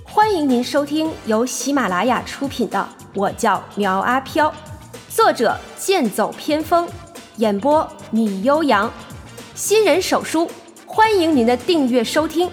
欢迎您收听由喜马拉雅出品的《我叫苗阿飘》，作者剑走偏锋，演播米悠扬，新人手书，欢迎您的订阅收听。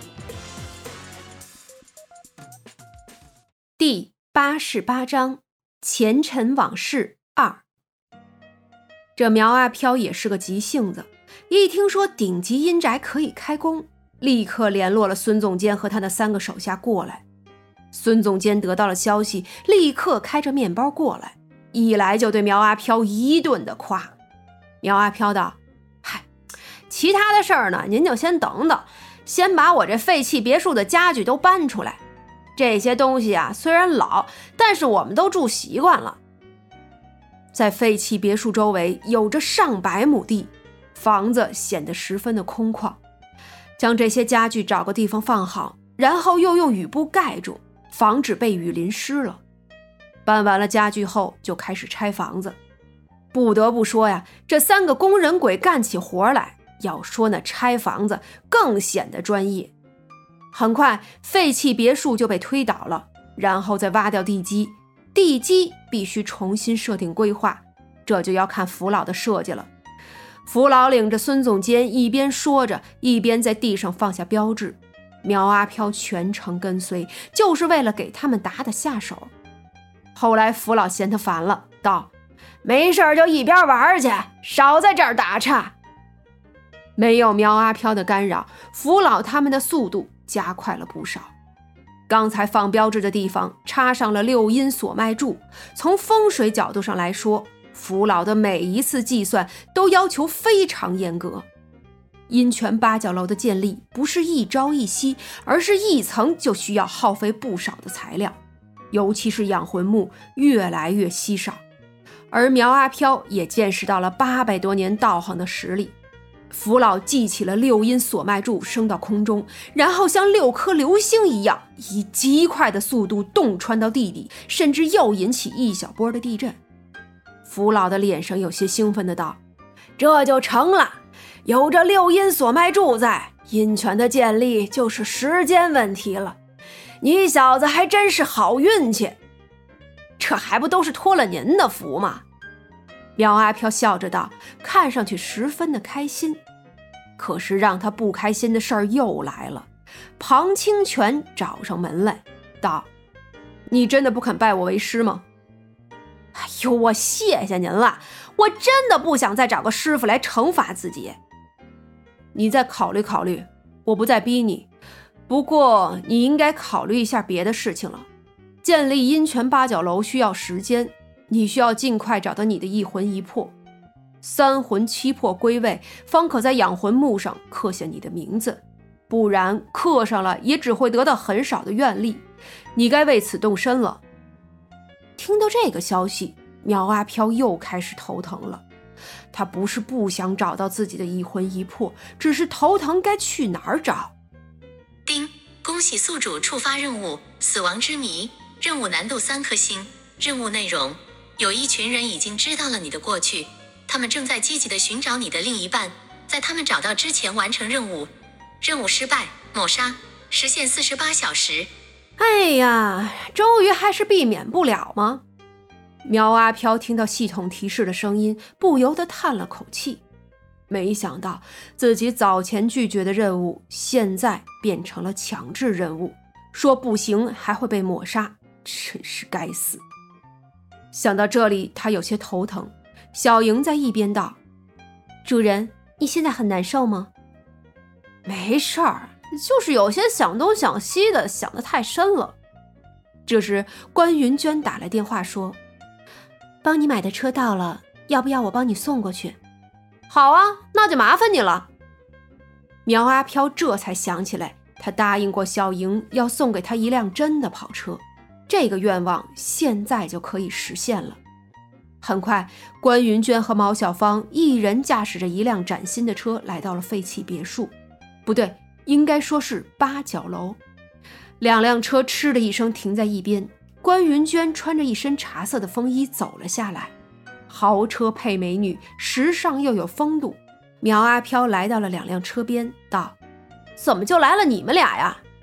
第88章前尘往事2。这苗阿飘也是个急性子，一听说顶级阴宅可以开工，立刻联络了孙总监和他的3个手下过来。孙总监得到了消息，立刻开着面包过来，一来就对苗阿飘一顿的夸。苗阿飘道：嗨，其他的事儿呢，您就先等等，先把我这废弃别墅的家具都搬出来。这些东西啊，虽然老，但是我们都住习惯了。在废弃别墅周围有着上百亩地，房子显得十分的空旷。将这些家具找个地方放好，然后又用雨布盖住，防止被雨淋湿了。搬完了家具后，就开始拆房子。不得不说呀，这3个工人鬼干起活来，要说那拆房子更显得专业。很快，废弃别墅就被推倒了，然后再挖掉地基。地基必须重新设定规划，这就要看福老的设计了。福老领着孙总监一边说着，一边在地上放下标志。苗阿飘全程跟随，就是为了给他们打得下手。后来福老嫌他烦了，道：没事就一边玩去，少在这儿打岔。没有苗阿飘的干扰，福老他们的速度加快了不少。刚才放标志的地方插上了6阴锁脉柱，从风水角度上来说，福老的每一次计算都要求非常严格。阴泉八角楼的建立不是一朝一夕，而是一层就需要耗费不少的材料，尤其是养魂木越来越稀少。而苗阿飘也见识到了800多年道行的实力。福老记起了6阴锁脉柱升到空中，然后像6颗流星一样，以极快的速度洞穿到地底，甚至又引起一小波的地震。福老的脸上有些兴奋的道：这就成了，有着6阴锁脉柱在，阴泉的建立就是时间问题了。你小子还真是好运气，这还不都是托了您的福吗？苗阿飘笑着道，看上去十分的开心。可是让他不开心的事儿又来了。庞清泉找上门来，道：你真的不肯拜我为师吗？哎呦，我谢谢您了，我真的不想再找个师傅来惩罚自己。你再考虑考虑，我不再逼你，不过你应该考虑一下别的事情了。建立阴泉八角楼需要时间，你需要尽快找到你的一魂一魄，3魂7魄归位，方可在养魂木上刻下你的名字，不然刻上了也只会得到很少的愿力，你该为此动身了。听到这个消息，苗阿飘又开始头疼了。他不是不想找到自己的一魂一魄，只是头疼该去哪儿找。 丁，恭喜宿主触发任务死亡之谜，任务难度3颗星。任务内容：有一群人已经知道了你的过去，他们正在积极地寻找你的另一半，在他们找到之前完成任务。任务失败，抹杀，时限48小时。 哎呀，终于还是避免不了吗？苗阿飘听到系统提示的声音，不由得叹了口气。没想到自己早前拒绝的任务，现在变成了强制任务，说不行还会被抹杀，真是该死。想到这里，他有些头疼。小莹在一边道：主人，你现在很难受吗？没事儿，就是有些想东想西的，想得太深了。这时关云娟打来电话说：帮你买的车到了，要不要我帮你送过去？好啊，那就麻烦你了。苗阿飘这才想起来，他答应过小莹要送给他一辆真的跑车，这个愿望现在就可以实现了。很快，关云娟和毛小芳一人驾驶着一辆崭新的车来到了废弃别墅，不对，应该说是八角楼。2辆车嗤的一声停在一边，关云娟穿着一身茶色的风衣走了下来。豪车配美女，时尚又有风度。苗阿飘来到了2辆车边，道：怎么就来了你们俩呀？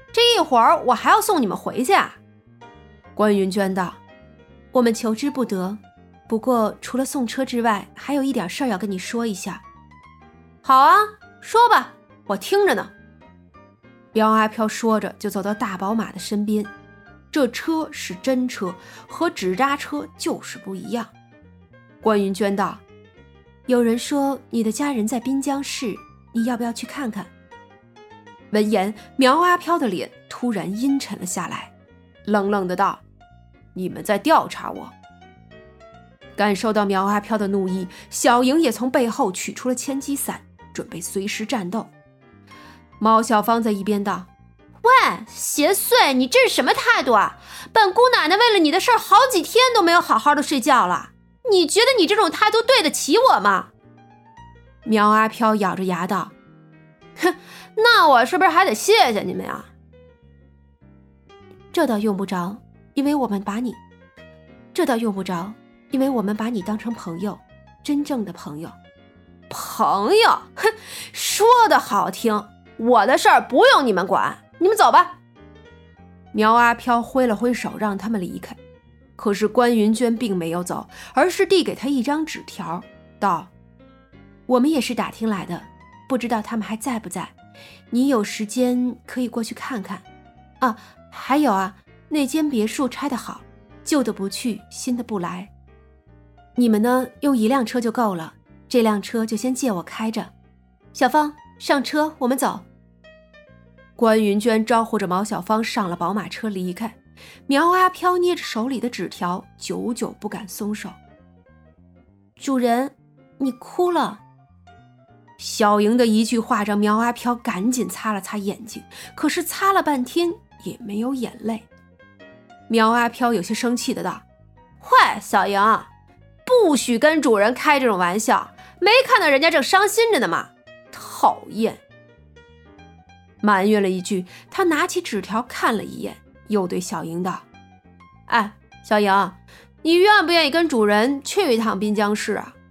这一会儿我还要送你们回去啊。关云娟道：我们求之不得，不过除了送车之外，还有一点事儿要跟你说一下。好啊，说吧，我听着呢。苗阿飘说着就走到大宝马的身边，这车是真车，和纸扎车就是不一样。关云娟道：有人说你的家人在滨江市，你要不要去看看？闻言，苗阿飘的脸突然阴沉了下来，冷冷的道：你们在调查我。感受到苗阿飘的怒意，小莹也从背后取出了千机伞，准备随时战斗。毛小芳在一边道：喂，邪祟，你这是什么态度啊？本姑奶奶为了你的事儿好几天都没有好好的睡觉了，你觉得你这种态度对得起我吗？苗阿飘咬着牙道：哼，那我是不是还得谢谢你们呀？这倒用不着，因为我们把你当成朋友，真正的朋友。朋友？哼，说得好听，我的事儿不用你们管，你们走吧。苗阿飘挥了挥手让他们离开，可是关云娟并没有走，而是递给他一张纸条，道：我们也是打听来的，不知道他们还在不在，你有时间可以过去看看啊。还有啊，那间别墅拆得好，旧的不去，新的不来。你们呢，用一辆车就够了，这辆车就先借我开着。小芳，上车，我们走。关云娟招呼着毛小芳上了宝马车离开，苗阿飘捏着手里的纸条，久久不敢松手。主人，你哭了。小莹的一句话让苗阿飘赶紧擦了擦眼睛，可是擦了半天也没有眼泪。苗阿飘有些生气的道：坏，小莹，不许跟主人开这种玩笑，没看到人家正伤心着呢吗？讨厌。埋怨了一句，他拿起纸条看了一眼，又对小莹道：哎，小莹，你愿不愿意跟主人去一趟滨江市啊？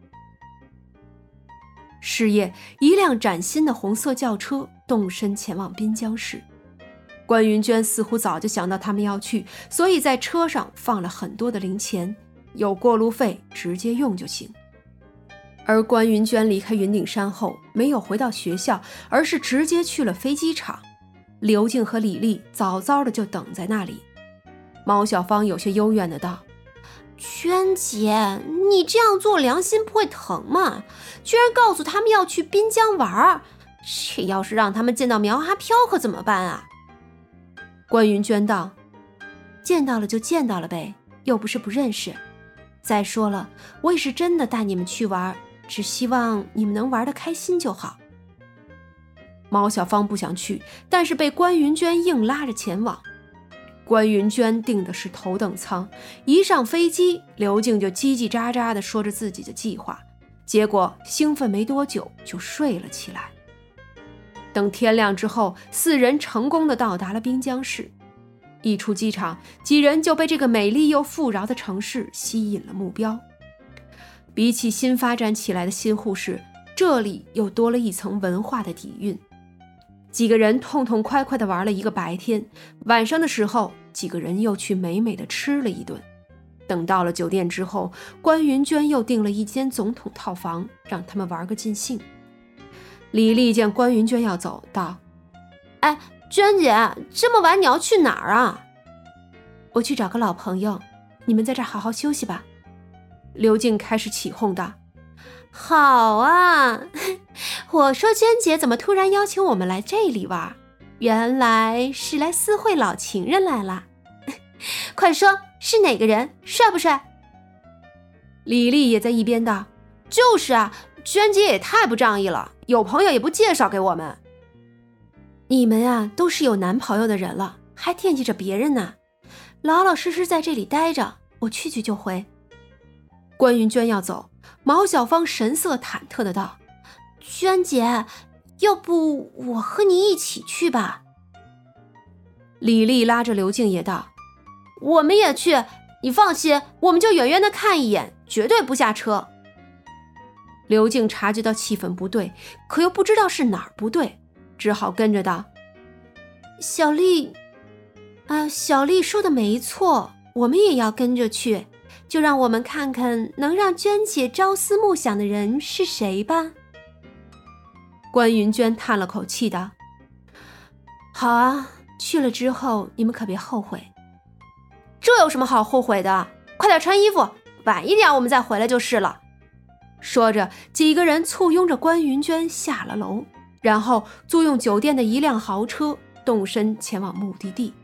是夜，一辆崭新的红色轿车动身前往滨江市。关云娟似乎早就想到他们要去，所以在车上放了很多的零钱，有过路费直接用就行。而关云娟离开云顶山后，没有回到学校，而是直接去了飞机场。刘静和李丽早早的就等在那里。毛小芳有些幽怨的道：娟姐，你这样做良心不会疼吗？居然告诉他们要去滨江玩，这要是让他们见到苗阿飘可怎么办啊？关云娟道：见到了就见到了呗，又不是不认识。再说了，我也是真的带你们去玩，只希望你们能玩得开心就好。毛小芳不想去，但是被关云娟硬拉着前往。关云娟订的是头等舱，一上飞机，刘静就叽叽喳喳地说着自己的计划，结果兴奋没多久就睡了起来。等天亮之后，四人成功地到达了滨江市。一出机场，几人就被这个美丽又富饶的城市吸引了目标。比起新发展起来的新沪市，这里又多了一层文化的底蕴。几个人痛痛快快地玩了一个白天，晚上的时候，几个人又去美美地吃了一顿。等到了酒店之后，关云娟又订了一间总统套房，让他们玩个尽兴。李丽见关云娟要走，道：哎，娟姐，这么晚你要去哪儿啊？我去找个老朋友，你们在这儿好好休息吧。刘静开始起哄道：好啊，我说娟姐怎么突然邀请我们来这里玩？原来是来私会老情人来了。快说，是哪个人？帅不帅？李丽也在一边道：就是啊，娟姐也太不仗义了，有朋友也不介绍给我们。你们啊，都是有男朋友的人了，还惦记着别人呢。老老实实在这里待着，我去就回。关云娟要走，毛小芳神色忐忑的道：娟姐，要不我和你一起去吧。李丽拉着刘静也道：我们也去，你放心，我们就远远的看一眼，绝对不下车。刘静察觉到气氛不对，可又不知道是哪儿不对，只好跟着道： 小丽说的没错，我们也要跟着去，就让我们看看能让娟姐朝思暮想的人是谁吧。关云娟叹了口气道：好啊，去了之后你们可别后悔。这有什么好后悔的？快点穿衣服，晚一点我们再回来就是了。说着，几个人簇拥着关云娟下了楼，然后租用酒店的一辆豪车，动身前往目的地。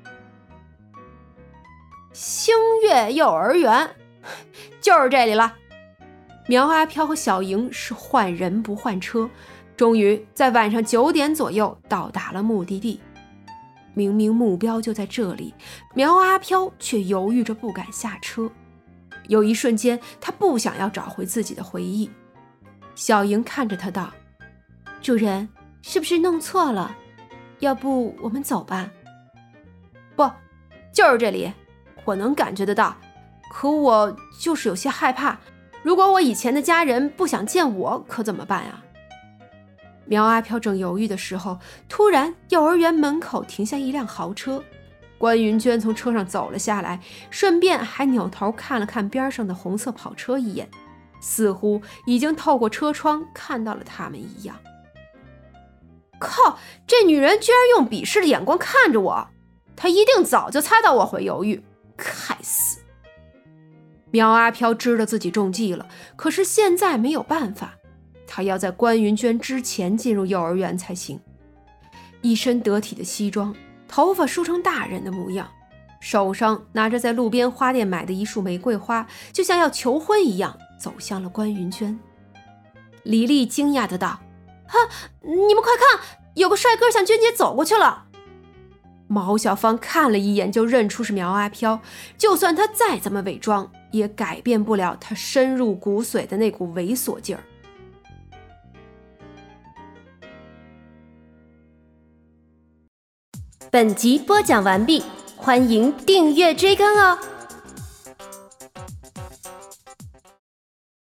星月幼儿园，就是这里了。苗阿飘和小莹是换人不换车，终于在晚上9点左右到达了目的地。明明目标就在这里，苗阿飘却犹豫着不敢下车。有一瞬间，他不想要找回自己的回忆。小莹看着他道：主人，是不是弄错了？要不我们走吧？不，就是这里，我能感觉得到，可我就是有些害怕，如果我以前的家人不想见我，可怎么办啊？苗阿飘正犹豫的时候，突然幼儿园门口停下一辆豪车，关云娟从车上走了下来，顺便还扭头看了看边上的红色跑车一眼，似乎已经透过车窗看到了他们一样。靠，这女人居然用鄙视的眼光看着我，她一定早就猜到我会犹豫，该死！苗阿飘知道自己中计了，可是现在没有办法，他要在关云娟之前进入幼儿园才行。一身得体的西装，头发梳成大人的模样，手上拿着在路边花店买的一束玫瑰花，就像要求婚一样走向了关云娟。李丽惊讶的道：你们快看，有个帅哥向娟姐走过去了。毛小芳看了一眼就认出是苗阿飘，就算他再怎么伪装，也改变不了他深入骨髓的那股猥琐劲儿。 本集播讲完毕，欢迎订阅追更哦。